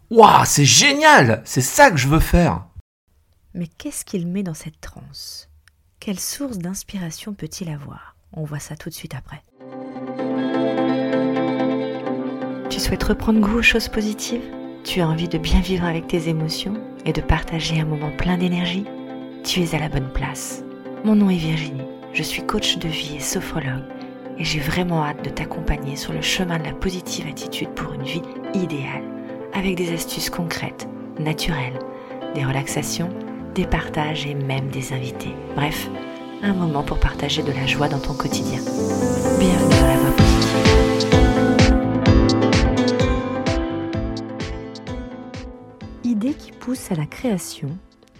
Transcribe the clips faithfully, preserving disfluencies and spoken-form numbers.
Waouh, c'est génial! C'est ça que je veux faire! Mais qu'est-ce qu'il met dans cette transe? Quelle source d'inspiration peut-il avoir? On voit ça tout de suite après. Tu souhaites reprendre goût aux choses positives? Tu as envie de bien vivre avec tes émotions et de partager un moment plein d'énergie? Tu es à la bonne place. Mon nom est Virginie, je suis coach de vie et sophrologue et j'ai vraiment hâte de t'accompagner sur le chemin de la positive attitude pour une vie idéale, avec des astuces concrètes, naturelles, des relaxations, des partages et même des invités. Bref, un moment pour partager de la joie dans ton quotidien. Bienvenue dans la voie positive. Idée qui pousse à la création,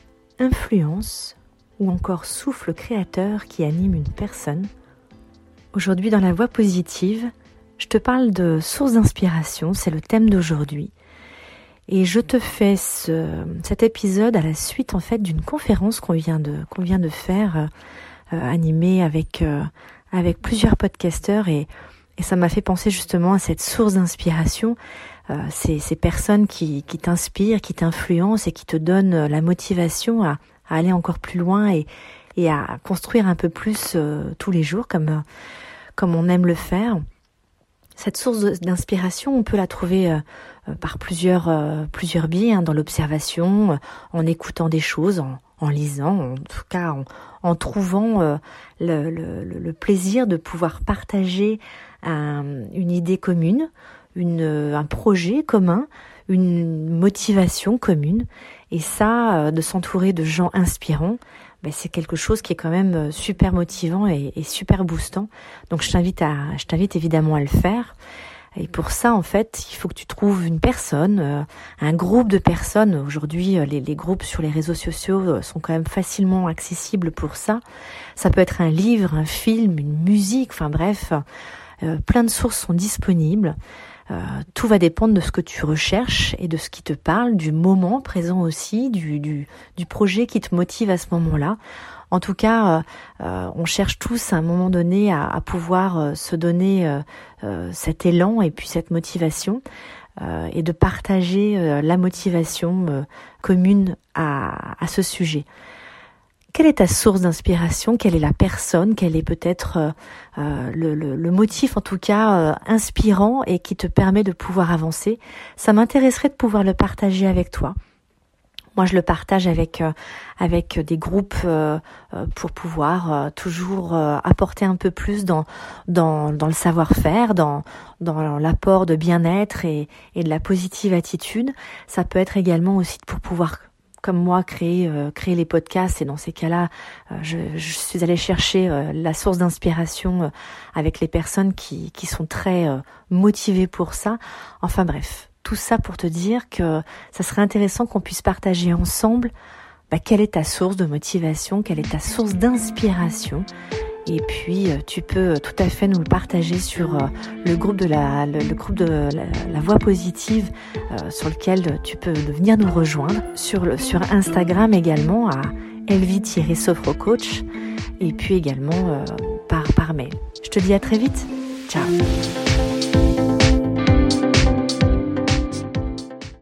influence ou encore souffle créateur qui anime une personne. Aujourd'hui dans la voie positive, je te parle de source d'inspiration, c'est le thème d'aujourd'hui. Et je te fais ce, cet épisode à la suite en fait d'une conférence qu'on vient de qu'on vient de faire, euh, animée avec euh, avec plusieurs podcasteurs et et ça m'a fait penser justement à cette source d'inspiration, euh, ces ces personnes qui qui t'inspirent, qui t'influencent et qui te donnent la motivation à, à aller encore plus loin et et à construire un peu plus euh, tous les jours comme euh, comme on aime le faire. Cette source d'inspiration, on peut la trouver euh, par plusieurs euh, plusieurs biais, hein, dans l'observation, euh, en écoutant des choses, en, en lisant, en tout cas en, en trouvant euh, le, le, le plaisir de pouvoir partager un, une idée commune, une, un projet commun, une motivation commune. Et ça, euh, de s'entourer de gens inspirants, ben c'est quelque chose qui est quand même super motivant et, et super boostant. Donc je t'invite à, je t'invite évidemment à le faire. Et pour ça, en fait, il faut que tu trouves une personne, euh, un groupe de personnes. Aujourd'hui, les, les groupes sur les réseaux sociaux sont quand même facilement accessibles pour ça. Ça peut être un livre, un film, une musique, enfin bref, euh, plein de sources sont disponibles. Euh, tout va dépendre de ce que tu recherches et de ce qui te parle, du moment présent aussi, du, du, du projet qui te motive à ce moment-là. En tout cas, euh, euh, on cherche tous à un moment donné à, à pouvoir euh, se donner euh, euh, cet élan et puis cette motivation euh, et de partager euh, la motivation euh, commune à, à ce sujet. Quelle est ta source d'inspiration? Quelle est la personne? Quel est peut-être euh, euh, le, le, le motif, en tout cas, euh, inspirant et qui te permet de pouvoir avancer? Ça m'intéresserait de pouvoir le partager avec toi. Moi, je le partage avec euh, avec des groupes euh, euh, pour pouvoir euh, toujours euh, apporter un peu plus dans dans dans le savoir-faire, dans dans l'apport de bien-être et et de la positive attitude. Ça peut être également aussi pour pouvoir, comme moi, créer euh, créer les podcasts. Et dans ces cas-là, euh, je, je suis allée chercher euh, la source d'inspiration euh, avec les personnes qui qui sont très euh, motivées pour ça. Enfin bref. Tout ça pour te dire que ça serait intéressant qu'on puisse partager ensemble bah, quelle est ta source de motivation, quelle est ta source d'inspiration. Et puis tu peux tout à fait nous le partager sur euh, le groupe de la le, le groupe de la, la voie positive euh, sur lequel tu peux venir nous rejoindre sur le, sur Instagram également à elvie-sophrocoach et puis également euh, par par mail. Je te dis à très vite. Ciao.